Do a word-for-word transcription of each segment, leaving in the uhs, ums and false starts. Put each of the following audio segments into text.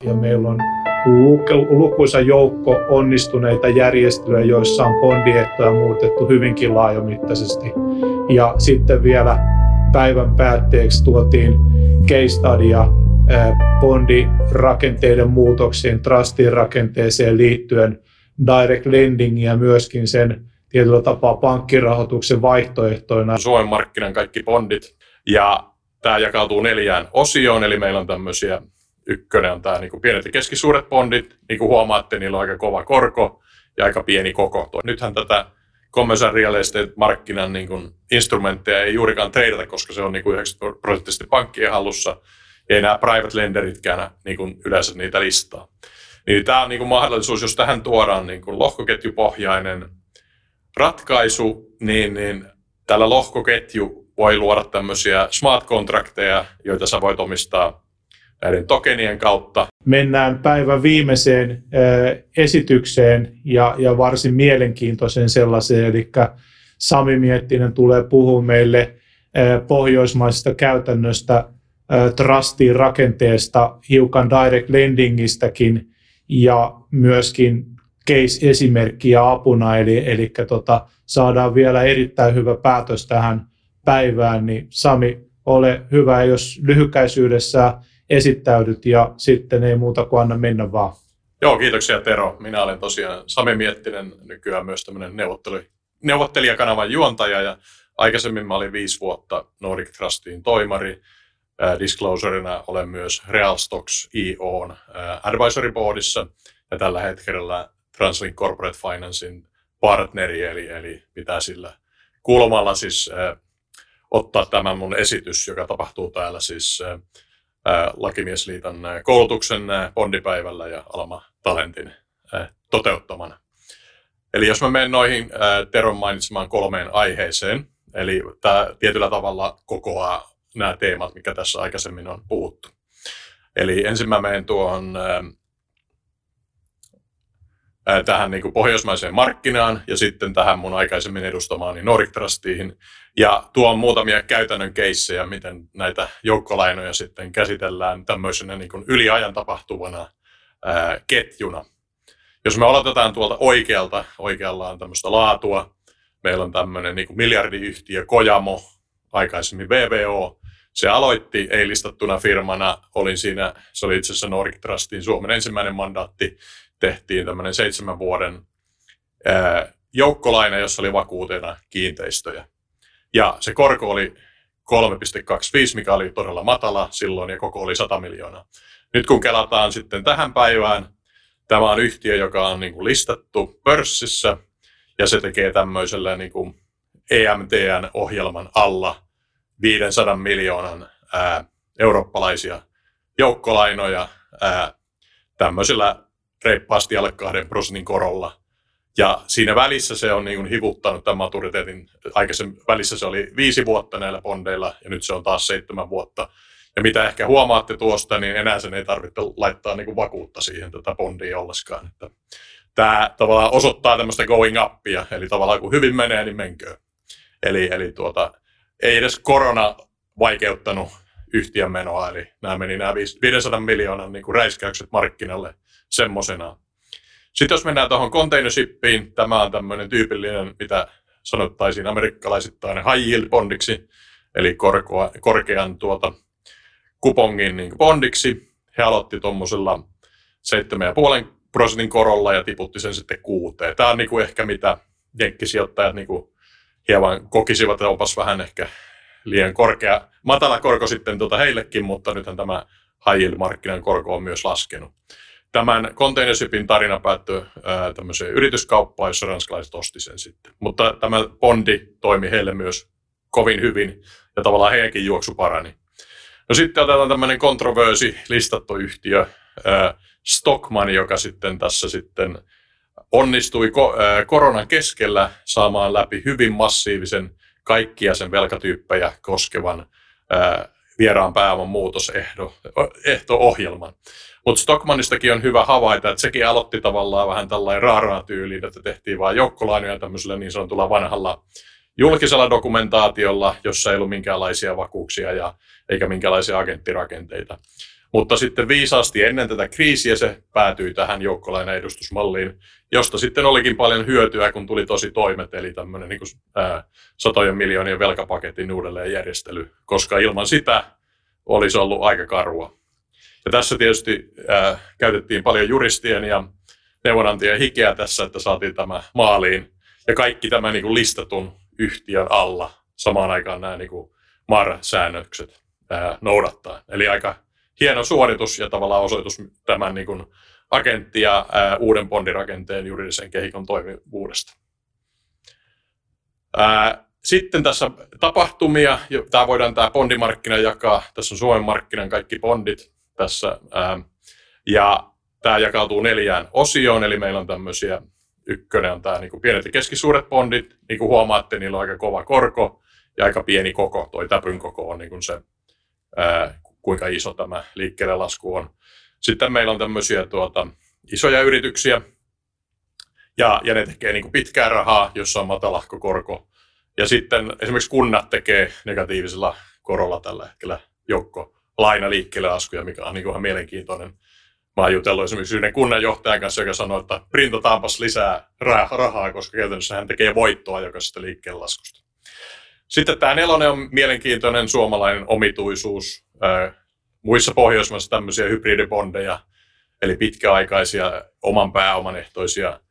ja meillä on lukuisa joukko onnistuneita järjestelyjä, joissa on bondiehtoja muutettu hyvinkin laajamittaisesti. Ja sitten vielä päivän päätteeksi tuotiin case studya bondirakenteiden muutoksiin, trustin rakenteeseen liittyen, direct lending ja myöskin sen tietyllä tapaa pankkirahoituksen vaihtoehtoina. Suomen markkinan kaikki bondit, ja tämä jakautuu neljään osioon, eli meillä on tämmöisiä, ykkönen on tämä niin pienet ja keskisuuret bondit, niin kuin huomaatte, niillä on aika kova korko ja aika pieni koko. Nythän tätä commercial real estate-markkinan niin kuin instrumentteja ei juurikaan treidata, koska se on niin kuin yhdeksänkymmentä prosenttisesti pankkien hallussa, ei nämä private lenderitkään niin kuin yleensä niitä listaa. Niin tämä on niin kuin mahdollisuus, jos tähän tuodaan niin kuin lohkoketjupohjainen ratkaisu, niin, niin tällä lohkoketju voi luoda tämmöisiä smart contracteja, joita sä voit omistaa näiden tokenien kautta. Mennään päivän viimeiseen äh, esitykseen ja, ja varsin mielenkiintoiseen sellaiseen, eli Sami Miettinen tulee puhumaan meille äh, pohjoismaisesta käytännöstä, äh, trustin rakenteesta, hiukan direct lendingistäkin ja myöskin case-esimerkkiä apuna, eli, eli tota, saadaan vielä erittäin hyvä päätös tähän päivään, niin Sami, ole hyvä, jos lyhykäisyydessä esittäydyt ja sitten ei muuta kuin anna mennä vaan. Joo, kiitoksia Tero. Minä olen tosiaan Sami Miettinen, nykyään myös tämmöinen neuvottelijakanavan juontaja, ja aikaisemmin mä olin viisi vuotta Nordic Trustin toimari. Äh, disclosurina olen myös Realstocks I O:n äh, advisory boardissa ja tällä hetkellä Translink Corporate Financein partneri, eli, eli pitää sillä kulmalla siis äh, ottaa tämä mun esitys, joka tapahtuu täällä siis äh, äh, Lakimiesliiton äh, koulutuksen äh, bondipäivällä ja Alma Talentin äh, toteuttamana. Eli jos mä menen noihin äh, Teron mainitsemaan kolmeen aiheeseen, eli tämä tietyllä tavalla kokoaa nämä teemat, mikä tässä aikaisemmin on puhuttu. Eli ensin mä menen tuohon äh, tähän niin kuin pohjoismaiseen markkinaan ja sitten tähän mun aikaisemmin edustamaani Nordic Trustiin ja tuon muutamia käytännön keissejä, miten näitä joukkolainoja sitten käsitellään tämmöisenä niin kuin yliajan tapahtuvana ää, ketjuna. Jos me aloitetaan tuolta oikealta, oikealla on tämmöistä laatua. Meillä on tämmöinen niin kuin miljardiyhtiö Kojamo, aikaisemmin V V O. Se aloitti ei-listattuna firmana, olin siinä, se oli itse asiassa Nordic Trustin Suomen ensimmäinen mandaatti. Tehtiin tämmöinen seitsemän vuoden ää, joukkolaina, jossa oli vakuutena kiinteistöjä. Ja se korko oli kolme pilkku kaksikymmentäviisi, mikä oli todella matala silloin, ja koko oli sata miljoonaa. Nyt kun kelataan sitten tähän päivään, tämä on yhtiö, joka on niin kuin listattu pörssissä, ja se tekee tämmöisellä niin kuin E M T N-ohjelman alla viisisataa miljoonan ää, eurooppalaisia joukkolainoja ää, tämmöisellä reippaasti alle kahden prosentin korolla. Ja siinä välissä se on niin kuin hivuttanut tämän maturiteetin. Aikaisemmin välissä se oli viisi vuotta näillä bondeilla ja nyt se on taas seitsemän vuotta. Ja mitä ehkä huomaatte tuosta, niin enää sen ei tarvitse laittaa niin kuin vakuutta siihen tätä bondia ollenkaan. Että tämä tavallaan osoittaa tämmöistä going upia, eli tavallaan kun hyvin menee, niin menköön. Eli, eli tuota, ei edes korona vaikeuttanut yhtiön menoa, eli nämä meni nämä viisisataa miljoonan niin kuin räiskäykset markkinalle semmoisena. Sitten jos mennään tuohon containershipiin, tämä on tämmöinen tyypillinen, mitä sanottaisiin amerikkalaisittain high yield bondiksi, eli korkoa, korkean tuota, kupongin niin bondiksi. He aloitti tuommoisella seitsemän pilkku viisi prosentin korolla ja tiputti sen sitten kuuteen. Tämä on niin kuin ehkä mitä jenkkisijoittajat niin kuin hieman kokisivat, että opas vähän ehkä liian korkea, matala korko sitten tuota heillekin, mutta nythän tämä high yield markkinan korko on myös laskenut. Tämän containershipin tarina päättyi ää, tämmöiseen yrityskauppaan, jossa ranskalaiset osti sen sitten. Mutta tämä bondi toimi heille myös kovin hyvin ja tavallaan heidänkin juoksu parani. No sitten otetaan tämmöinen kontroversi listattu yhtiö, ää, Stockmann, joka sitten tässä sitten onnistui ko- ää, koronan keskellä saamaan läpi hyvin massiivisen kaikkia sen velkatyyppejä koskevan ää, vieraan pääoman muutosehto-ohjelman. Mutta Stockmannistakin on hyvä havaita, että sekin aloitti tavallaan vähän tällainen raaraa tyyliin, että tehtiin vain joukkolainoja tämmöisellä niin sanotulla vanhalla julkisella dokumentaatiolla, jossa ei ollut minkäänlaisia vakuuksia ja eikä minkäänlaisia agenttirakenteita. Mutta sitten viisaasti ennen tätä kriisiä se päätyi tähän joukkolainaedustusmalliin, josta sitten olikin paljon hyötyä, kun tuli tosi toimet, eli tämmöinen niin kuin, ää, satojen miljoonien velkapaketin uudelleenjärjestely, koska ilman sitä olisi ollut aika karua. Ja tässä tietysti ää, käytettiin paljon juristien ja neuvonantien hikeä tässä, että saatiin tämä maaliin. Ja kaikki tämä niin kuin listatun yhtiön alla samaan aikaan nämä niin kuin M A R-säännökset ää, noudattaa. Eli aika hieno suoritus ja tavallaan osoitus tämän niin kuin agentti- ja ää, uuden bondirakenteen juridisen kehikon toimivuudesta. Ää, sitten tässä tapahtumia. Tämä voidaan tämä bondimarkkina jakaa. Tässä on Suomen markkinan kaikki bondit tässä. Ää, ja tämä jakautuu neljään osioon, eli meillä on tämmöisiä, ykkönen on tämä niin kuin pienet ja keskisuuret bondit. Niin kuin huomaatte, niillä on aika kova korko ja aika pieni koko. Toi täpyn koko on niin kuin se, ää, kuinka iso tämä liikkeelle lasku on. Sitten meillä on tämmöisiä tuota, isoja yrityksiä, ja, ja ne tekee niin kuin pitkää rahaa, jossa on matalahko korko. Ja sitten esimerkiksi kunnat tekee negatiivisella korolla tällä hetkellä joukko laina liikkeelle laskuja, mikä on niin kuin ihan mielenkiintoinen. Mä oon jutellut esimerkiksi yhden kunnanjohtajan kanssa, joka sanoi, että printataanpas lisää rahaa, koska käytännössä hän tekee voittoa jokaisesta liikkeelle laskusta. Sitten tämä nelonen on mielenkiintoinen suomalainen omituisuus. Muissa Pohjoismaissa tämmöisiä hybridibondeja, eli pitkäaikaisia oman pääoman ehtoisia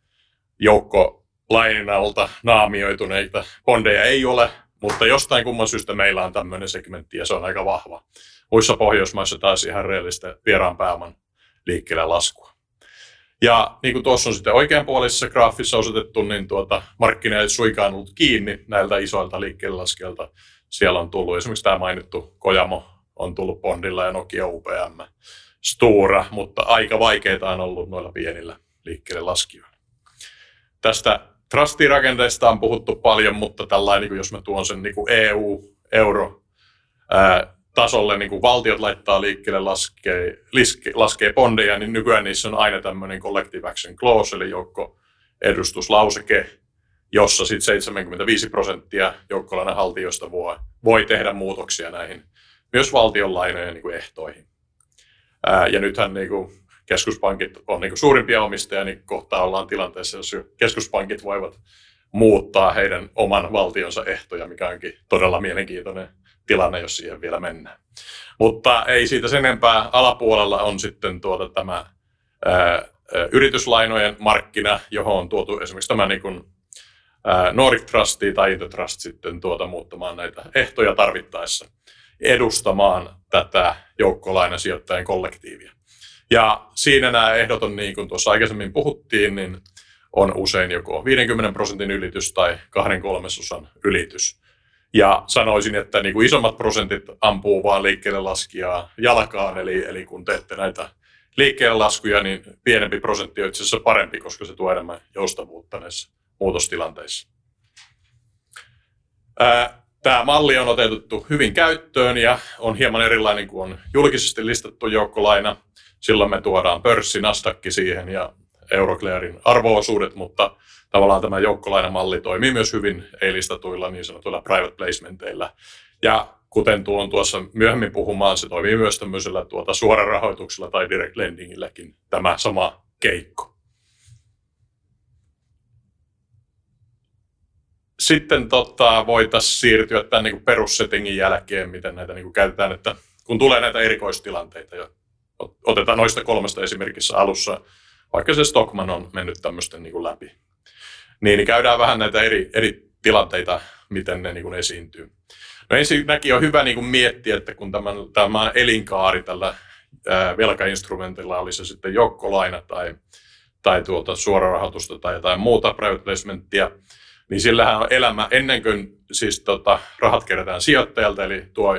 joukkolainalta naamioituneita bondeja ei ole, mutta jostain kumman syystä meillä on tämmöinen segmentti ja se on aika vahva. Muissa Pohjoismaissa taas ihan reaalista vieraan pääoman liikkeelle laskua. Ja niin kuin tuossa on sitten oikeanpuolisessa graafissa osoitettu, niin tuota, markkina ei suinkaan ollut kiinni näiltä isoilta liikkeelle laskelta. Siellä on tullut esimerkiksi tämä mainittu Kojamo on tullut bondilla ja Nokia, U P M, Stora, mutta aika vaikeita on ollut noilla pienillä liikkeelle laskijoilla. Tästä trustirakenteesta on puhuttu paljon, mutta tällainen, jos mä tuon sen niin kuin E U, euro, ää, tasolle, niin kuin valtiot laittaa liikkeelle, laskee, liske, laskee bondeja, niin nykyään niissä on aina tämmöinen collective action clause, eli joukkoedustuslauseke, jossa sitten seitsemänkymmentäviisi prosenttia joukkolainanhaltijoista voi, voi tehdä muutoksia näihin myös valtionlainojen niin kuin ehtoihin. Ää, ja nythän niin kuin keskuspankit on niin kuin suurimpia omistajia, niin kohta ollaan tilanteessa, jos keskuspankit voivat muuttaa heidän oman valtionsa ehtoja, mikä onkin todella mielenkiintoinen tilanne, jos siihen vielä mennään. Mutta ei siitä sen enempää. Alapuolella on sitten tuota tämä ää, yrityslainojen markkina, johon on tuotu esimerkiksi tämä niin kuin, ää, Nordic Trust tai Intertrust sitten tuota muuttamaan näitä ehtoja tarvittaessa edustamaan tätä joukkolainasijoittajien kollektiivia. Ja siinä nämä ehdot on, niin kuin tuossa aikaisemmin puhuttiin, niin on usein joko viidenkymmenen prosentin ylitys tai kahden kolmasosan ylitys. Ja sanoisin, että niin kuin isommat prosentit ampuu vaan liikkeelle laskijaa jalkaan, eli, eli kun teette näitä liikkeelle laskuja, niin pienempi prosentti on itse asiassa parempi, koska se tuo enemmän joustavuutta näissä muutostilanteissa. Ää, Tämä malli on otettu hyvin käyttöön ja on hieman erilainen kuin on julkisesti listattu joukkolaina. Silloin me tuodaan pörssi, Nasdaq siihen ja Euroclearin arvo-osuudet, mutta tavallaan tämä joukkolainamalli toimii myös hyvin ei-listatuilla niin sanotuilla private placementeilla. Ja kuten tuon tuossa myöhemmin puhumaan, se toimii myös tämmöisellä tuota suorarahoituksella tai direct lendingilläkin tämä sama keikko. Sitten tota, voitaisiin siirtyä tämän niin kuin perussettingin jälkeen, miten näitä niin kuin käytetään, että kun tulee näitä erikoistilanteita, ja otetaan noista kolmesta esimerkissä alussa, vaikka se Stockman on mennyt tämmöisten niin kuin läpi, niin, niin käydään vähän näitä eri, eri tilanteita, miten ne niin kuin esiintyy. No ensinnäkin on hyvä niin kuin miettiä, että kun tämän, tämä elinkaari tällä ää, velkainstrumentilla, oli se sitten joukkolaina tai, tai tuota suorarahoitusta tai jotain muuta private placementtia, niin sillähän on elämä ennen kuin siis tota, rahat kerätään sijoittajalta, eli tuo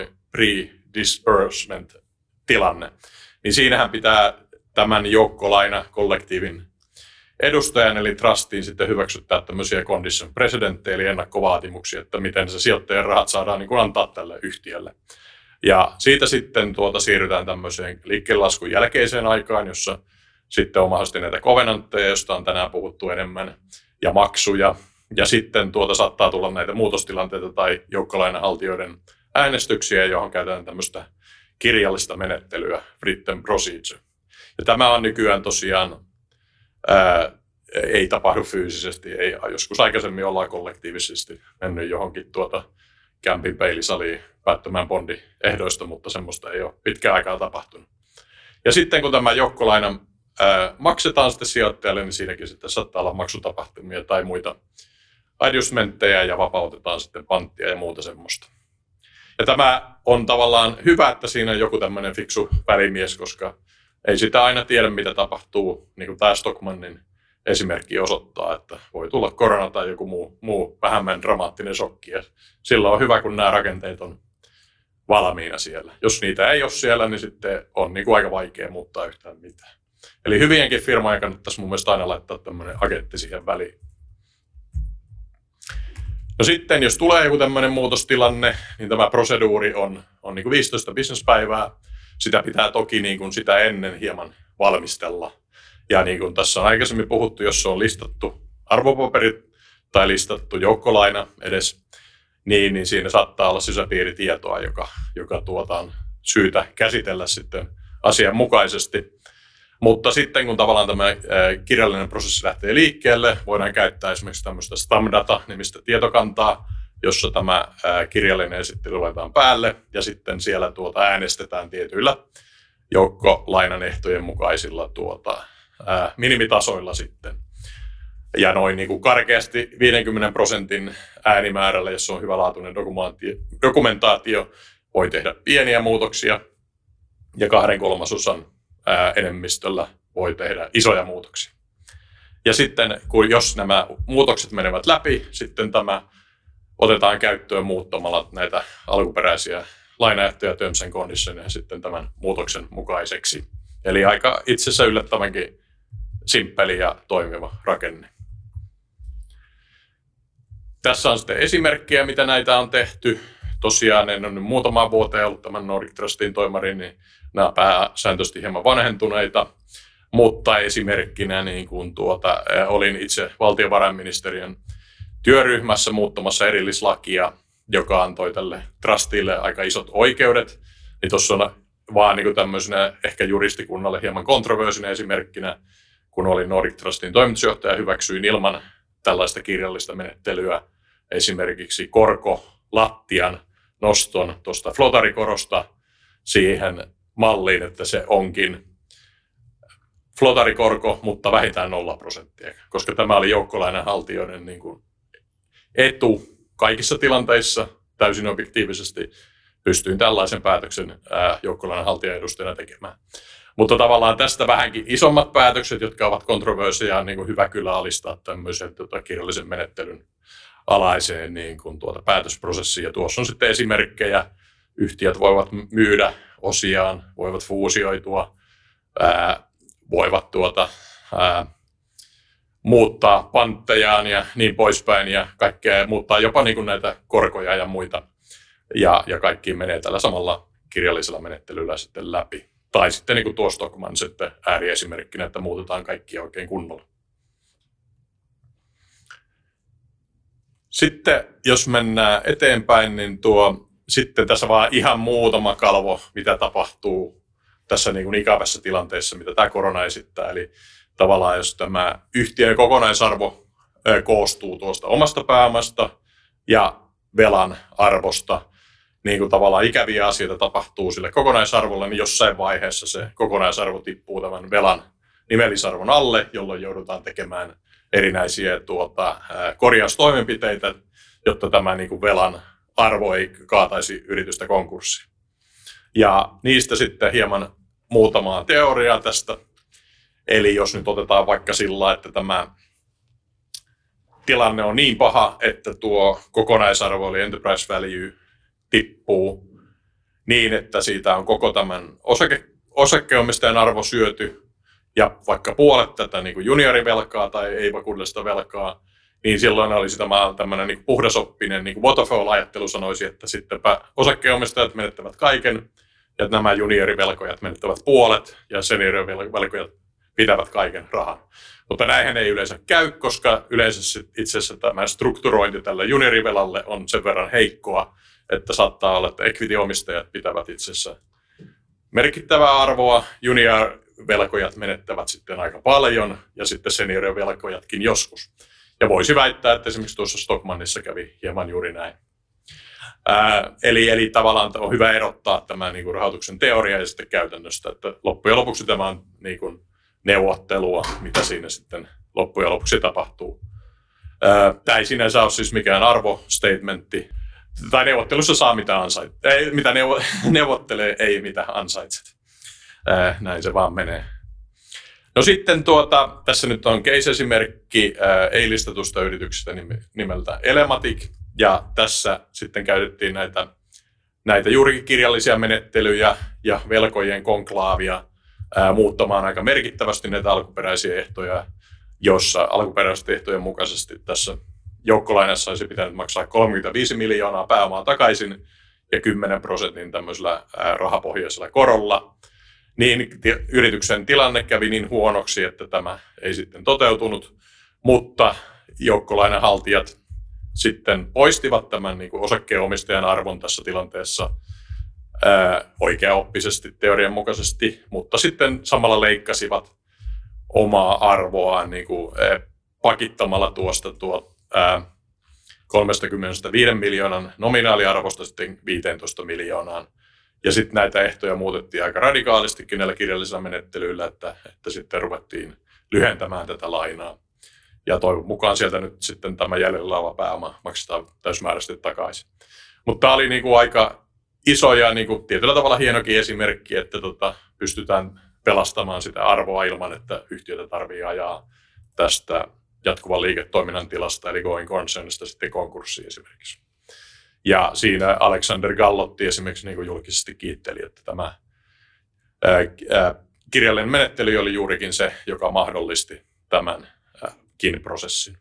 pre-disbursement-tilanne. Niin siinähän pitää tämän joukkolaina-kollektiivin edustajan, eli trustiin sitten hyväksyttää tämmöisiä condition precedentteja, eli ennakkovaatimuksia, että miten se sijoittajan rahat saadaan niin kuin antaa tälle yhtiölle. Ja siitä sitten tuota siirrytään tämmöiseen liikkeellelaskun jälkeiseen aikaan, jossa sitten on mahdollisesti näitä covenantteja, joista on tänään puhuttu enemmän, ja maksuja. Ja sitten tuota saattaa tulla näitä muutostilanteita tai joukkolainanhaltijoiden äänestyksiä, johon käytetään tämmöistä kirjallista menettelyä, written procedure. Ja tämä on nykyään tosiaan, ää, ei tapahdu fyysisesti, ei, joskus aikaisemmin ollaan kollektiivisesti mennyt johonkin tuota kämpin peilisaliin päättämään bondiehdoista, mutta semmoista ei ole pitkään aikaa tapahtunut. Ja sitten kun tämä joukkolaina ää, maksetaan sitten sijoittajalle, niin siinäkin sitten saattaa olla maksutapahtumia tai muita adjustmentteja ja vapautetaan sitten panttia ja muuta semmoista. Ja tämä on tavallaan hyvä, että siinä on joku tämmöinen fiksu välimies, koska ei sitä aina tiedä, mitä tapahtuu. Niin kuin tämä Stockmannin esimerkki osoittaa, että voi tulla korona tai joku muu, muu vähemmän dramaattinen shokki. Ja silloin on hyvä, kun nämä rakenteet on valmiina siellä. Jos niitä ei ole siellä, niin sitten on niin kuin aika vaikea muuttaa yhtään mitään. Eli hyvienkin firmojen kannattaisi mun mielestä aina laittaa tämmöinen agentti siihen väliin. No sitten, jos tulee joku tämmöinen muutostilanne, niin tämä proseduuri on, on niin kuin viisitoista businesspäivää. Sitä pitää toki niin kuin sitä ennen hieman valmistella. Ja niin kuin tässä on aikaisemmin puhuttu, jos on listattu arvopaperit tai listattu joukkolaina edes, niin, niin siinä saattaa olla sisäpiiritietoa, joka, joka tuota on syytä käsitellä sitten asianmukaisesti. Mutta sitten kun tavallaan tämä kirjallinen prosessi lähtee liikkeelle, voidaan käyttää esimerkiksi tämmöistä Stamdata-nimistä tietokantaa, jossa tämä kirjallinen esittely laitetaan päälle ja sitten siellä tuota äänestetään tietyillä joukkolainan ehtojen mukaisilla tuota, ää, minimitasoilla sitten. Ja noin niin kuin karkeasti viidenkymmenen prosentin äänimäärällä, jos on hyvälaatuinen dokumentaatio, voi tehdä pieniä muutoksia ja kahden kolmasosan ää, enemmistöllä voi tehdä isoja muutoksia. Ja sitten kun jos nämä muutokset menevät läpi, sitten tämä otetaan käyttöön muuttamalla näitä alkuperäisiä lainaehtoja terms and conditionia sitten tämän muutoksen mukaiseksi. Eli aika itse asiassa yllättävänkin simppeli ja toimiva rakenne. Tässä on sitten esimerkkejä, mitä näitä on tehty. Tosiaan en ole nyt muutamaan vuoteen ollut tämän Nordic Trustin toimari, niin nämä on pääsääntöisesti hieman vanhentuneita. Mutta esimerkkinä niin kun tuota, olin itse valtiovarainministeriön työryhmässä muuttamassa erillislakia, joka antoi tälle trustille aika isot oikeudet. Niin tuossa on vaan niin tämmöisenä ehkä juristikunnalle hieman kontroversina esimerkkinä, kun olin Nordic Trustin toimitusjohtaja, hyväksyin ilman tällaista kirjallista menettelyä esimerkiksi korkolattian noston tuosta flotarikorosta siihen malliin, että se onkin flotarikorko, mutta vähintään nolla prosenttia, koska tämä oli joukkolainanhaltijoiden niin kuin etu kaikissa tilanteissa täysin objektiivisesti. Pystyin tällaisen päätöksen joukkolainanhaltijan edustajana tekemään. Mutta tavallaan tästä vähänkin isommat päätökset, jotka ovat kontroversiaa, niin kuin hyvä kyllä alistaa tämmöisen tuota, kirjallisen menettelyn alaiseen niin kuin tuota, päätösprosessiin. Ja tuossa on sitten esimerkkejä. Yhtiöt voivat myydä osiaan, voivat fuusioitua, ää, voivat tuota, ää, muuttaa panttejaan ja niin poispäin ja kaikkea, muuttaa jopa niin kuin näitä korkoja ja muita. Ja, ja kaikki menee tällä samalla kirjallisella menettelyllä sitten läpi. Tai sitten niin kuin tuo Stockman sitten ääriesimerkkinä, että muutetaan kaikkia oikein kunnolla. Sitten jos mennään eteenpäin, niin tuo, sitten tässä vaan ihan muutama kalvo, mitä tapahtuu tässä niin kuin ikävässä tilanteessa, mitä tämä korona esittää. Eli tavallaan jos tämä yhtiön kokonaisarvo koostuu tuosta omasta pääomasta ja velan arvosta, niin kuin tavallaan ikäviä asioita tapahtuu sille kokonaisarvolle, niin jossain vaiheessa se kokonaisarvo tippuu tämän velan nimellisarvon alle, jolloin joudutaan tekemään erinäisiä tuota, korjaustoimenpiteitä, jotta tämä niin kuin velan arvo ei kaataisi yritystä konkurssiin. Ja niistä sitten hieman muutamaa teoriaa tästä. Eli jos nyt otetaan vaikka sillä, että tämä tilanne on niin paha, että tuo kokonaisarvo eli enterprise value tippuu niin, että siitä on koko tämän osake, osakkeenomistajan arvo syöty ja vaikka puolet tätä niin kuin juniorivelkaa tai ei-vakuudellista velkaa, niin silloin olisi tämä tämmöinen niin kuin puhdasoppinen niin kuin waterfall-ajattelu sanoisi, että sittenpä osakkeenomistajat menettävät kaiken ja nämä juniorivelkojat menettävät puolet ja seniorivelkojat pitävät kaiken rahan. Mutta näinhän ei yleensä käy, koska yleensä itse asiassa tämä strukturointi tällä juniorivelalle on sen verran heikkoa, että saattaa olla, että equity-omistajat pitävät itse asiassa merkittävää arvoa, junior-velkojat menettävät sitten aika paljon ja sitten senior-velkojatkin joskus. Ja voisi väittää, että esimerkiksi tuossa Stockmannissa kävi hieman juuri näin. Ää, eli, eli tavallaan on hyvä erottaa tämä niin kuin rahoituksen teoria ja sitten käytännöstä, että loppujen lopuksi tämä on niin kuin neuvottelua, mitä siinä sitten loppujen lopuksi tapahtuu. Ää, tämä ei sinänsä ole siis mikään arvostatementti, tai neuvottelussa saa mitä ansait, ei, mitä neuvo, neuvottelee, ei mitä ansaitset. Ää, näin se vaan menee. No sitten tuota, tässä nyt on case-esimerkki ää, ei-listatusta yrityksestä nimeltä Elematic, ja tässä sitten käytettiin näitä, näitä juurikin kirjallisia menettelyjä ja velkojen konklaavia ää, muuttamaan aika merkittävästi näitä alkuperäisiä ehtoja, jossa alkuperäisten ehtojen mukaisesti tässä joukkolainassa olisi pitänyt maksaa kolmekymmentäviisi miljoonaa pääomaa takaisin ja kymmenen prosentin tämmöisellä ää, rahapohjaisella korolla. Niin yrityksen tilanne kävi niin huonoksi, että tämä ei sitten toteutunut, mutta joukkolainanhaltijat sitten poistivat tämän niin kuin osakkeenomistajan arvon tässä tilanteessa ää, oikeaoppisesti teorian mukaisesti, mutta sitten samalla leikkasivat omaa arvoaan niin kuin, ää, pakittamalla tuosta tuo, ää, kolmekymmentäviisi miljoonan nominaaliarvosta sitten viisitoista miljoonaan. Ja sitten näitä ehtoja muutettiin aika radikaalistikin näillä kirjallisilla menettelyillä, että, että sitten ruvettiin lyhentämään tätä lainaa. Ja toivon mukaan sieltä nyt sitten tämä jäljellä oleva pääoma maksetaan täysimääräisesti takaisin. Mutta tämä oli niinku aika iso ja niinku tietyllä tavalla hienokin esimerkki, että tota, pystytään pelastamaan sitä arvoa ilman, että yhtiötä tarvitsee ajaa tästä jatkuvan liiketoiminnan tilasta, eli going concernista sitten konkurssiin esimerkiksi. Ja siinä Alexander Gallotti esimerkiksi niin kuin julkisesti kiitteli, että tämä ää, ää, kirjallinen menettely oli juurikin se, joka mahdollisti tämänkin prosessin.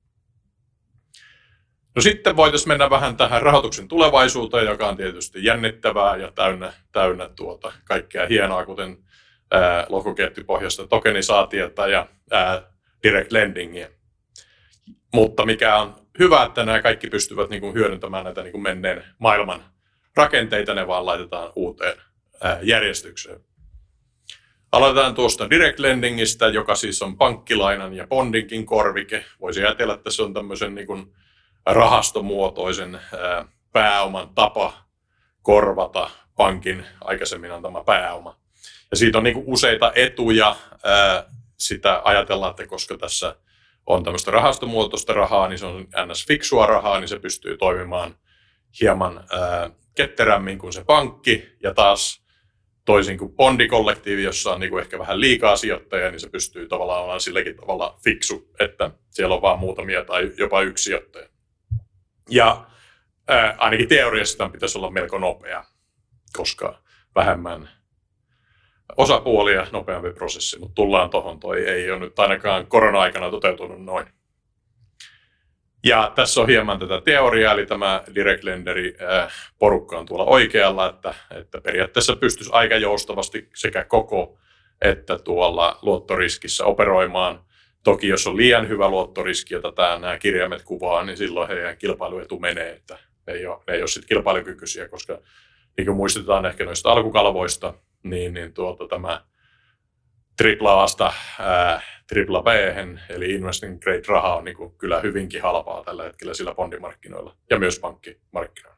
No sitten voitaisiin mennä vähän tähän rahoituksen tulevaisuuteen, joka on tietysti jännittävää ja täynnä, täynnä tuota kaikkea hienoa, kuten ää, lohkoketjupohjaista tokenisaatiota ja ää, direct lendingia. Mutta mikä on hyvä, että nämä kaikki pystyvät niin kuin hyödyntämään näitä niin kuin menneen maailman rakenteita, ne vaan laitetaan uuteen ää, järjestykseen. Aloitetaan tuosta direct lendingistä, joka siis on pankkilainan ja bondinkin korvike. Voisi ajatella, että se on tämmöisen niin kuin rahastomuotoisen ää, pääoman tapa korvata pankin aikaisemmin antama pääoma. Ja siitä on niin kuin useita etuja. Ää, sitä ajatellaan, että koska tässä on tämmöistä rahastomuotoista rahaa, niin se on ns. Fiksua rahaa, niin se pystyy toimimaan hieman ää, ketterämmin kuin se pankki. Ja taas toisin kuin bondikollektiivi, jossa on niin kuin ehkä vähän liikaa sijoittajia, niin se pystyy tavallaan olemaan silläkin tavalla fiksu, että siellä on vain muutamia tai jopa yksi sijoittaja. Ja ää, ainakin teoriassa tämän pitäisi olla melko nopea, koska vähemmän osapuolia, nopeampi prosessi, mutta tullaan tuohon, toi ei ole nyt ainakaan korona-aikana toteutunut noin. Ja tässä on hieman tätä teoriaa, eli tämä direct lenderi porukka on tuolla oikealla, että, että periaatteessa pystyisi aika joustavasti sekä koko että tuolla luottoriskissä operoimaan. Toki jos on liian hyvä luottoriski, jota tämä, nämä kirjaimet kuvaa, niin silloin heidän kilpailuetu menee, että ne ei ole, ne ei ole sit kilpailukykyisiä, koska niin kuin muistetaan ehkä noista alkukalvoista, niin, niin tuolta tämä tripla A:sta tripla B:hen, eli investing grade raha on niin kuin kyllä hyvinkin halpaa tällä hetkellä sillä bondimarkkinoilla ja myös pankkimarkkinoilla.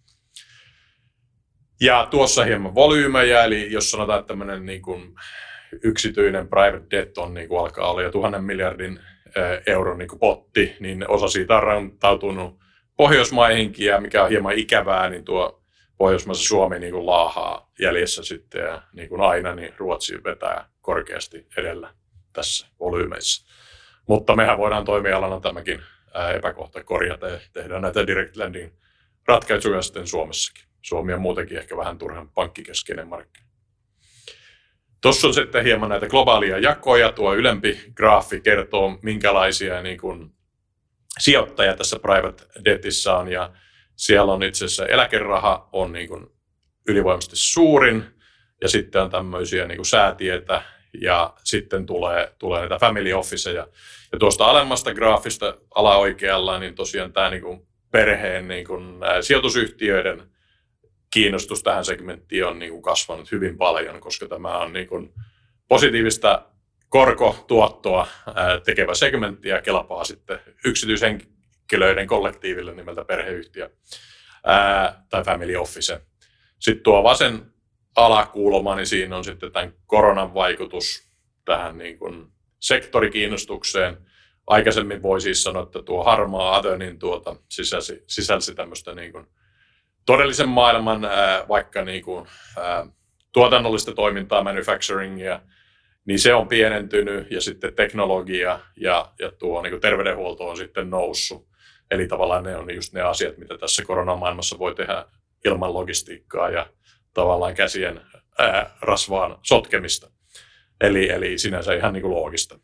Ja tuossa hieman volyymejä, eli jos sanotaan, että tämmöinen niin kuin yksityinen private debt on niin kuin alkaa olla jo tuhannen miljardin euron niin kuin potti, niin osa siitä on rantautunut Pohjoismaihinkin, ja mikä on hieman ikävää, niin tuo Pohjoismaissa Suomi niin kuin laahaa jäljessä sitten, ja niin kuin aina niin Ruotsi vetää korkeasti edellä tässä volyymeissa. Mutta mehän voidaan toimialana tämäkin epäkohta korjata ja tehdään näitä direct lending ratkaisuja sitten Suomessakin. Suomi on muutenkin ehkä vähän turhan pankkikeskeinen markkina. Tuossa on sitten hieman näitä globaalia jakoja. Tuo ylempi graafi kertoo, minkälaisia niin kuin sijoittajia tässä private debtissä on. Ja siellä on itse asiassa eläkeraha on niin kuin ylivoimaisesti suurin. Ja sitten on tämmöisiä niin kuin säätiöitä. Ja sitten tulee, tulee näitä family officeja. Ja tuosta alemmasta graafista alaoikealla, niin tosiaan tämä niin kuin perheen niin kuin, sijoitusyhtiöiden kiinnostus tähän segmenttiin on niin kuin kasvanut hyvin paljon, koska tämä on niin kuin positiivista korkotuottoa ää, tekevä segmentti ja kelpaa sitten yksityishenkilöiden kollektiiville nimeltä perheyhtiö ää, tai family office. Sitten tuo vasen alakulma, niin siinä on sitten tämän koronan vaikutus tähän niin kuin sektorikiinnostukseen. Aikaisemmin voi siis sanoa, että tuo harmaa other niin tuota sisälsi, sisälsi tämmöistä niin kuin todellisen maailman ää, vaikka niin kuin, ää, tuotannollista toimintaa, manufacturingia, niin se on pienentynyt ja sitten teknologia ja, ja tuo niin kuin terveydenhuolto on sitten noussut. Eli tavallaan ne on just ne asiat, mitä tässä koronamaailmassa voi tehdä ilman logistiikkaa ja tavallaan käsien ää, rasvaan sotkemista. Eli, eli sinänsä ihan niin kuin loogista.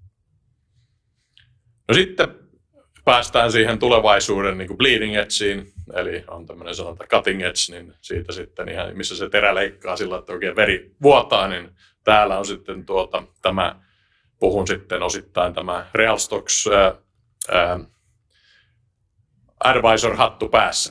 No sitten päästään siihen tulevaisuuden niin kuin bleeding edgeen, eli on tämmöinen sanonta cutting edge, niin siitä sitten ihan, missä se terä leikkaa sillä, että oikein veri vuotaa, niin täällä on sitten tuota, tämä, puhun sitten osittain tämä Real Stocks ää, ää, advisor-hattu päässä.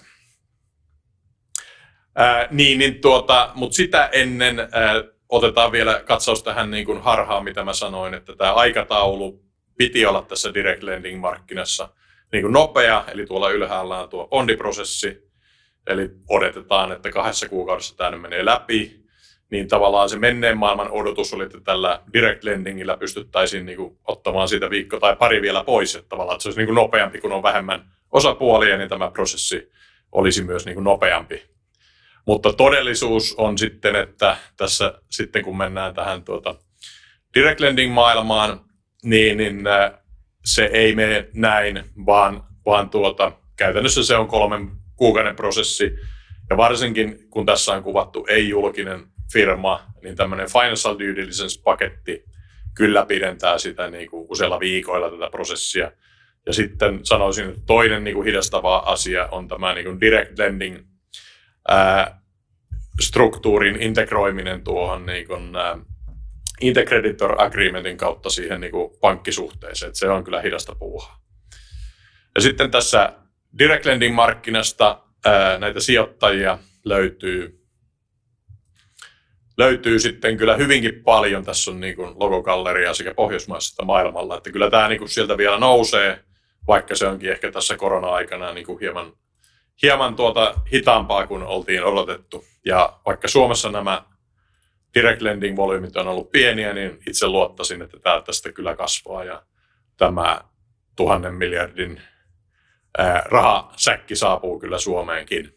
Ää, niin, niin tuota, mutta sitä ennen ää, otetaan vielä katsaus tähän niin kuin harhaan, mitä mä sanoin, että tämä aikataulu piti olla tässä direct lending-markkinassa niin kuin nopea, eli tuolla ylhäällä on tuo bondiprosessi, eli odotetaan, että kahdessa kuukaudessa tämä menee läpi, niin tavallaan se menneen maailman odotus oli, että tällä direct lendingillä pystyttäisiin niin kuin ottamaan siitä viikko tai pari vielä pois, että tavallaan että se olisi niin kuin nopeampi, kun on vähemmän osapuolia, niin tämä prosessi olisi myös niin kuin nopeampi. Mutta todellisuus on sitten, että tässä sitten kun mennään tähän tuota direct lending-maailmaan, niin, niin se ei mene näin, vaan, vaan tuota, käytännössä se on kolmen kuukauden prosessi. Ja varsinkin kun tässä on kuvattu ei-julkinen firma, niin tämmöinen financial due diligence-paketti kyllä pidentää sitä niin kuin useilla viikoilla tätä prosessia. Ja sitten sanoisin, että toinen niin kuin hidastava asia on tämä niin kuin direct lending ää, struktuurin integroiminen tuohon niin kuin, ää, Intercreditor Agreementin kautta siihen niin kuin pankkisuhteeseen, että se on kyllä hidasta puuhaa. Ja sitten tässä direct lending-markkinasta ää, näitä sijoittajia löytyy, löytyy sitten kyllä hyvinkin paljon. Tässä on niin kuin logogalleria sekä Pohjoismaissa että maailmalla, että kyllä tämä niin kuin sieltä vielä nousee, vaikka se onkin ehkä tässä korona-aikana niin kuin hieman, hieman tuota hitaampaa kuin oltiin odotettu. Ja vaikka Suomessa nämä direct lending-volyymit on ollut pieniä, niin itse luottaisin, että tämä tästä kyllä kasvaa ja tämä tuhannen miljardin ää, rahasäkki saapuu kyllä Suomeenkin.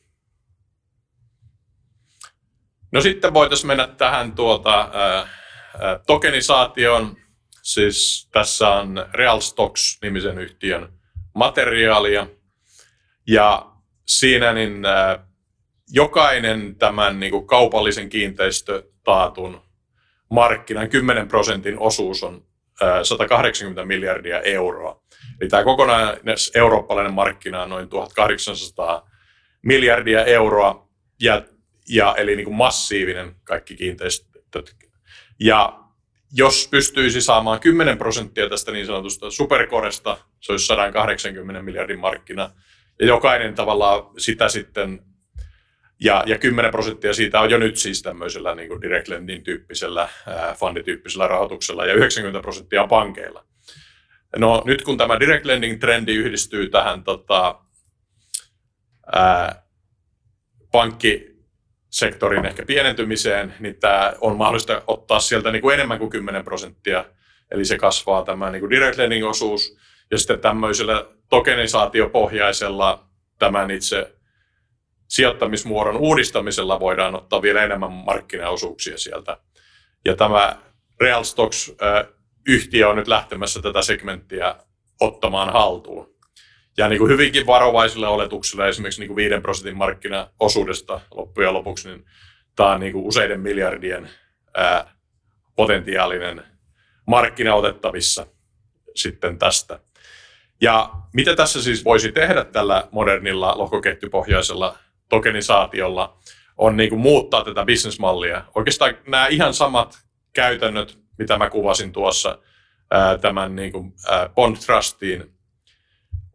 No sitten voitaisiin mennä tähän tuota, ää, ää, tokenisaatioon. Siis tässä on Real Stocks-nimisen yhtiön materiaalia ja siinä niin ää, jokainen tämän niin kuin kaupallisen kiinteistötaatun markkinan kymmenen prosentin osuus on ää, sata kahdeksankymmentä miljardia euroa. Eli tämä kokonainen eurooppalainen markkina on noin tuhatkahdeksansataa miljardia euroa, ja, ja, eli niin kuin massiivinen kaikki kiinteistöt. Ja jos pystyisi saamaan kymmenen prosenttia tästä niin sanotusta superkoresta, se olisi sata kahdeksankymmentä miljardin markkina, ja jokainen tavallaan sitä sitten Ja, ja kymmenen prosenttia siitä on jo nyt siis tämmöisellä niin kuin direct lending tyyppisellä, ää, fundityyppisellä rahoituksella ja yhdeksänkymmentä prosenttia on pankeilla. No nyt kun tämä direct lending trendi yhdistyy tähän tota, ää, pankkisektorin ehkä pienentymiseen, niin tämä on mahdollista ottaa sieltä niin kuin enemmän kuin kymmenen prosenttia. Eli se kasvaa tämä niin kuin direct lending osuus ja sitten tämmöisellä tokenisaatiopohjaisella tämän itse sijoittamismuodon uudistamisella voidaan ottaa vielä enemmän markkinaosuuksia sieltä. Ja tämä Real Stocks-yhtiö on nyt lähtemässä tätä segmenttiä ottamaan haltuun. Ja niin kuin hyvinkin varovaisilla oletuksilla, esimerkiksi niin kuin viiden prosentin markkinaosuudesta loppujen lopuksi, niin tämä on niin kuin useiden miljardien ää, potentiaalinen markkina otettavissa sitten tästä. Ja mitä tässä siis voisi tehdä tällä modernilla lohkoketjupohjaisella tokenisaatiolla on niin kuin muuttaa tätä bisnesmallia. Oikeastaan nämä ihan samat käytännöt, mitä mä kuvasin tuossa ää, tämän niin kuin, ää, Bond Trustiin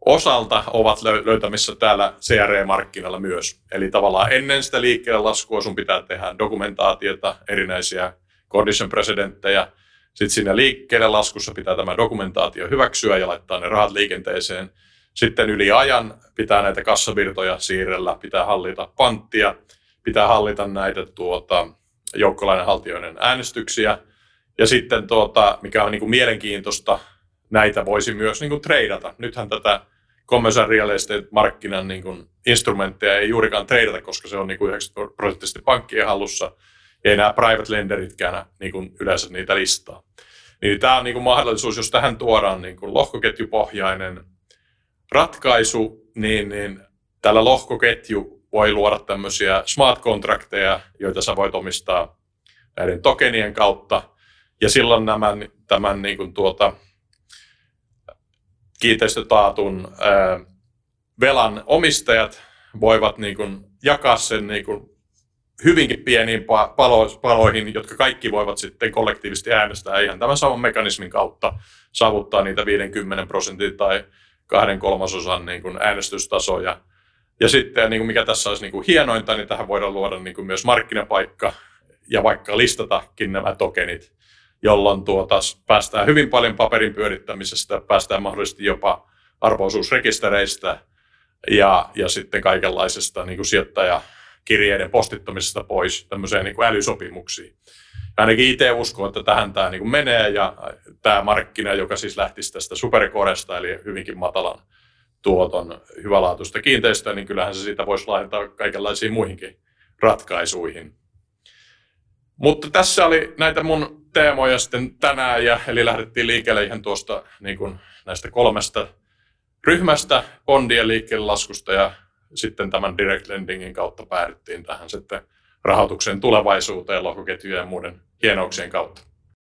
osalta ovat löytämissä täällä C R E-markkinalla myös. Eli tavallaan ennen sitä liikkeelle laskua sun pitää tehdä dokumentaatiota, erinäisiä condition precedenttejä. Sitten siinä liikkeelle laskussa pitää tämä dokumentaatio hyväksyä ja laittaa ne rahat liikenteeseen. Sitten yli ajan pitää näitä kassavirtoja siirrellä, pitää hallita panttia, pitää hallita näitä tuota, joukkolainanhaltijoiden äänestyksiä. Ja sitten, tuota, mikä on niin kuin mielenkiintoista, näitä voisi myös niin kuin treidata. Nythän tätä commercial real estate-markkinan niin kuin instrumentteja ei juurikaan treidata, koska se on niin kuin yhdeksänkymmentä prosenttisesti pankkien hallussa. Ei nämä private lenderitkään niin kuin yleensä niitä listaa. Niin tämä on niin kuin mahdollisuus, jos tähän tuodaan niin kuin lohkoketjupohjainen ratkaisu, niin, niin tällä lohkoketju voi luoda tämmöisiä smart contracteja, joita sä voit omistaa näiden tokenien kautta. Ja silloin nämä, tämän niin kuin tuota, kiinteistötaatun ää, velan omistajat voivat niin kuin jakaa sen niin kuin hyvinkin pieniin palo- paloihin, jotka kaikki voivat sitten kollektiivisesti äänestää ihan tämän saman mekanismin kautta saavuttaa niitä viisikymmentä prosentin tai kahden kolmasosan niin kuin äänestystasoja. Ja sitten niin kuin mikä tässä olisi niin kuin hienointa, niin tähän voidaan luoda niin kuin myös markkinapaikka ja vaikka listatakin nämä tokenit, jolloin tuota, päästään hyvin paljon paperin pyörittämisestä, päästään mahdollisesti jopa arvo-osuusrekistereistä ja, ja sitten kaikenlaisesta niin kuin sijoittajakirjeiden postittamisesta pois tämmöiseen niin kuin älysopimuksiin. Ainakin itse uskon, että tähän tämä niin kuin menee ja tämä markkina, joka siis lähtisi tästä superkoresta, eli hyvinkin matalan tuoton hyvälaatuista kiinteistöä, niin kyllähän se siitä voisi laajentaa kaikenlaisiin muihinkin ratkaisuihin. Mutta tässä oli näitä mun teemoja sitten tänään, ja, eli lähdettiin liikkeelle ihan tuosta niin kuin näistä kolmesta ryhmästä, bondien liikkeelle laskusta, ja sitten tämän direct lendingin kautta päädyttiin tähän sitten rahoituksen tulevaisuuteen, lohkoketjujen ja muiden hienouksien kautta.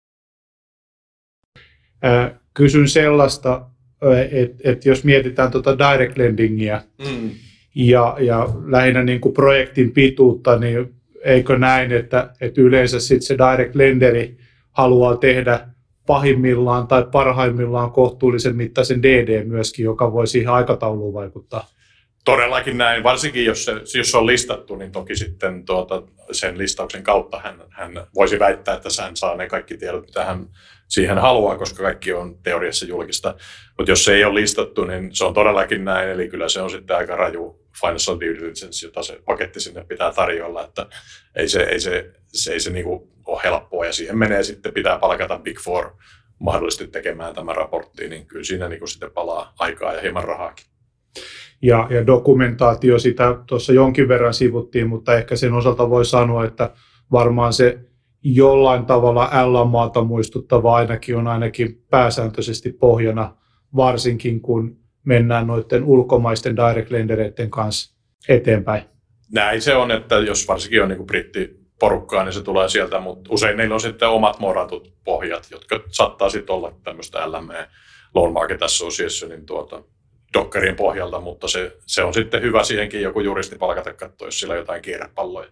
Kysyn sellaista, että et jos mietitään tuota direct lendingiä mm. ja, ja lähinnä niin kuin projektin pituutta, niin eikö näin, että, että yleensä sit se direct lenderi haluaa tehdä pahimmillaan tai parhaimmillaan kohtuullisen mittaisen D D myöskin, joka voi siihen aikatauluun vaikuttaa? Todellakin näin, varsinkin jos se, jos se on listattu, niin toki sitten tuota, sen listauksen kautta hän, hän voisi väittää, että hän saa ne kaikki tiedot, mitä hän siihen haluaa, koska kaikki on teoriassa julkista. Mutta jos se ei ole listattu, niin se on todellakin näin, eli kyllä se on sitten aika raju financial due diligence, jota se paketti sinne pitää tarjolla, että ei se, ei se, se, ei se niinku ole helppoa, ja siihen menee sitten, pitää palkata Big Four mahdollisesti tekemään tämä raportti, niin kyllä siinä niinku sitten palaa aikaa ja hieman rahaakin. Ja, ja dokumentaatio, sitä tuossa jonkin verran sivuttiin, mutta ehkä sen osalta voi sanoa, että varmaan se jollain tavalla L A-maata muistuttava ainakin on ainakin pääsääntöisesti pohjana, varsinkin kun mennään noiden ulkomaisten direct lendereiden kanssa eteenpäin. Näin se on, että jos varsinkin on niin kuin brittiporukkaa, niin se tulee sieltä, mutta usein niillä on sitten omat moratut pohjat, jotka saattaa sitten olla tämmöistä L M E, Loan Market Associationin tuota, dokkarien pohjalta, mutta se, se on sitten hyvä siihenkin joku juristi palkata katsoa, jos sillä on jotain kiirepalloja.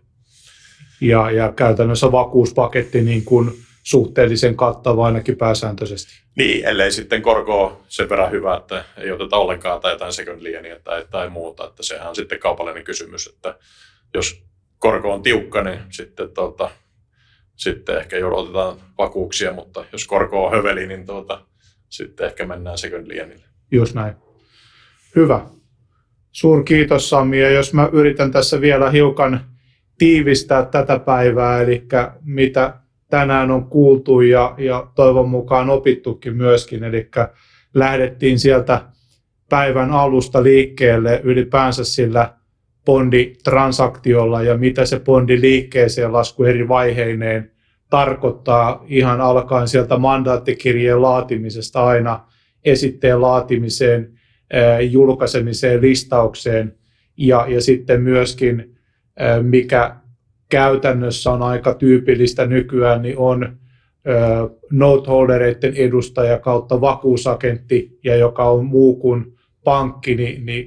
Ja, ja käytännössä vakuuspaketti niin kuin suhteellisen kattava ainakin pääsääntöisesti. Niin, ellei sitten korko ole sen verran hyvä, että ei oteta ollenkaan tai jotain second lieniä tai, tai muuta. Että sehän on sitten kaupallinen kysymys, että jos korko on tiukka, niin sitten, tuota, sitten ehkä otetaan vakuuksia, mutta jos korko on höveli, niin tuota, sitten ehkä mennään second lienille. Just näin. Hyvä. Suur kiitos, Sami. Ja jos mä yritän tässä vielä hiukan tiivistää tätä päivää, eli mitä tänään on kuultu ja, ja toivon mukaan opittukin myöskin, eli lähdettiin sieltä päivän alusta liikkeelle ylipäänsä sillä bonditransaktiolla ja mitä se bondi liikkeeseen lasku eri vaiheineen tarkoittaa ihan alkaen sieltä mandaattikirjeen laatimisesta aina esitteen laatimiseen, julkaisemiseen, listaukseen ja, ja sitten myöskin mikä käytännössä on aika tyypillistä nykyään, niin on noteholdereiden edustaja kautta vakuusagentti, ja joka on muu kuin pankki, niin, niin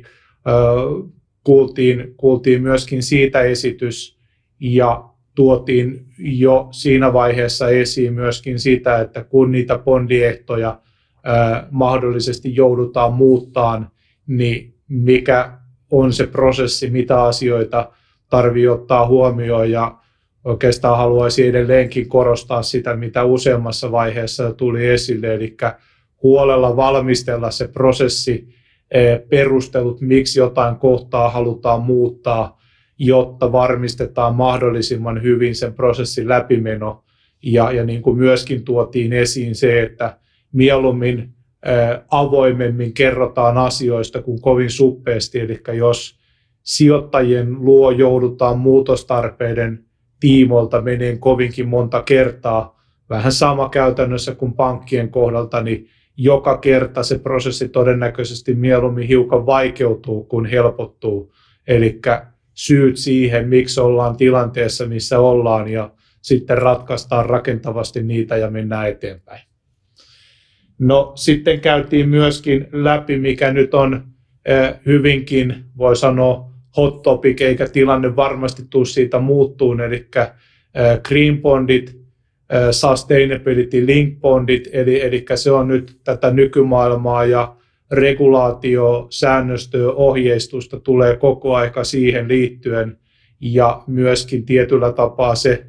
kuultiin, kuultiin myöskin siitä esitys, ja tuotiin jo siinä vaiheessa esiin myöskin sitä, että kun niitä bondiehtoja ää, mahdollisesti joudutaan muuttamaan, niin mikä on se prosessi, mitä asioita tarvii ottaa huomioon, ja oikeastaan haluaisin edelleenkin korostaa sitä, mitä useammassa vaiheessa tuli esille, eli huolella valmistella se prosessi, perustelut, miksi jotain kohtaa halutaan muuttaa, jotta varmistetaan mahdollisimman hyvin sen prosessin läpimeno. Ja, ja niin kuin myöskin tuotiin esiin se, että mieluummin ää, avoimemmin kerrotaan asioista kuin kovin suppeasti. Eli jos sijoittajien luo joudutaan muutostarpeiden tiimoilta meneen kovinkin monta kertaa, vähän sama käytännössä kuin pankkien kohdalta, niin joka kerta se prosessi todennäköisesti mieluummin hiukan vaikeutuu kuin helpottuu. Eli syyt siihen, miksi ollaan tilanteessa, missä ollaan, ja sitten ratkaistaan rakentavasti niitä ja mennään eteenpäin. No sitten käytiin myöskin läpi, mikä nyt on hyvinkin, voi sanoa, hot topic, eikä tilanne varmasti tule siitä muuttuun, eli green bondit, sustainability link bondit, eli, eli se on nyt tätä nykymaailmaa, ja regulaatio, säännöstöä, ohjeistusta tulee koko aika siihen liittyen, ja myöskin tietyllä tapaa se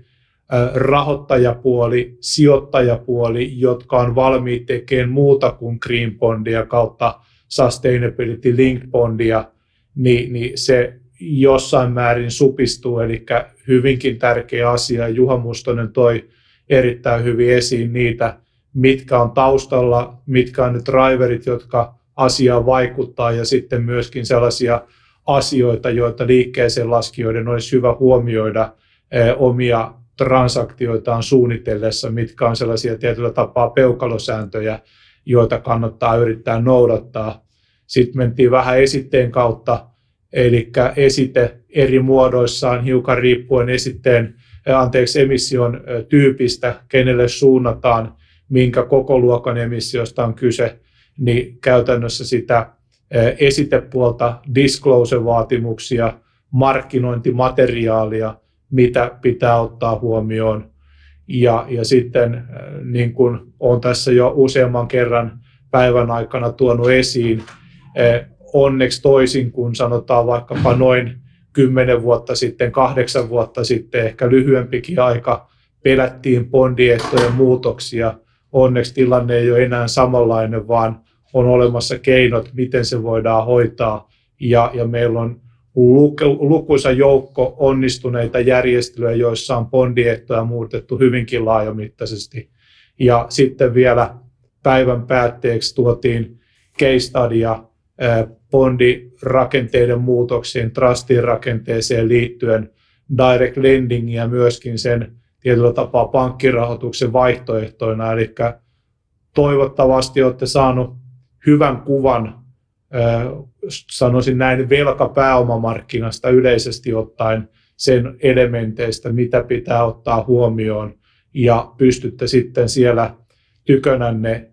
rahoittajapuoli, sijoittajapuoli, jotka on valmiit tekemään muuta kuin green bondia kautta sustainability link bondia, niin, niin se jossain määrin supistuu, eli hyvinkin tärkeä asia. Juha Mustonen toi erittäin hyvin esiin niitä, mitkä on taustalla, mitkä on ne driverit, jotka asiaan vaikuttaa, ja sitten myöskin sellaisia asioita, joita liikkeeseen laskijoiden olisi hyvä huomioida eh, omia transaktioitaan suunnitellessa, mitkä on sellaisia tietyllä tapaa peukalosääntöjä, joita kannattaa yrittää noudattaa. Sitten mentiin vähän esitteen kautta, eli esite eri muodoissaan hiukan riippuen esitteen, anteeksi, emission tyypistä, kenelle suunnataan, minkä kokoluokan emissiosta on kyse, niin käytännössä sitä esitepuolta, disclosure-vaatimuksia, markkinointimateriaalia, mitä pitää ottaa huomioon. Ja, ja sitten, niin kuin olen tässä jo useamman kerran päivän aikana tuonut esiin, onneksi toisin kuin sanotaan vaikkapa noin kymmenen vuotta sitten, kahdeksan vuotta sitten, ehkä lyhyempikin aika, pelättiin bondiehtojen muutoksia. Onneksi tilanne ei ole enää samanlainen, vaan on olemassa keinot, miten se voidaan hoitaa. Ja, ja meillä on lukuisa joukko onnistuneita järjestelyjä, joissa on bondiehtoja muutettu hyvinkin laajamittaisesti. Ja sitten vielä päivän päätteeksi tuotiin case studya bondirakenteiden muutoksiin, trustin rakenteeseen liittyen, direct lending ja myöskin sen tietyllä tapaa pankkirahoituksen vaihtoehtoina. Eli toivottavasti olette saaneet hyvän kuvan, sanoisin näin, velkapääomamarkkinasta yleisesti ottaen, sen elementeistä, mitä pitää ottaa huomioon, ja pystytte sitten siellä tykönänne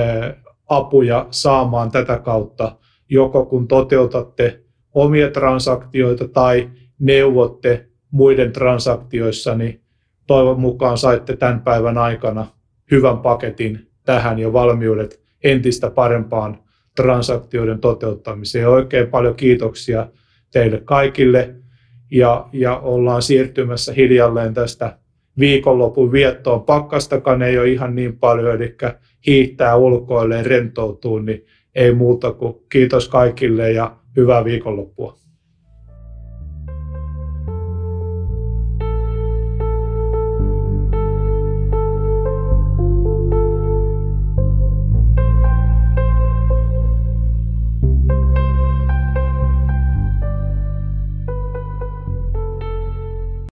apuja saamaan tätä kautta, joko kun toteutatte omia transaktioita tai neuvotte muiden transaktioissa, niin toivon mukaan saitte tämän päivän aikana hyvän paketin tähän ja valmiudet entistä parempaan transaktioiden toteuttamiseen. Oikein paljon kiitoksia teille kaikille, ja, ja ollaan siirtymässä hiljalleen tästä viikonlopun viettoon. Pakkastakaan ei ole ihan niin paljon, eli hiihtää ulkoilleen, rentoutuu, niin ei muuta kuin kiitos kaikille ja hyvää viikonloppua.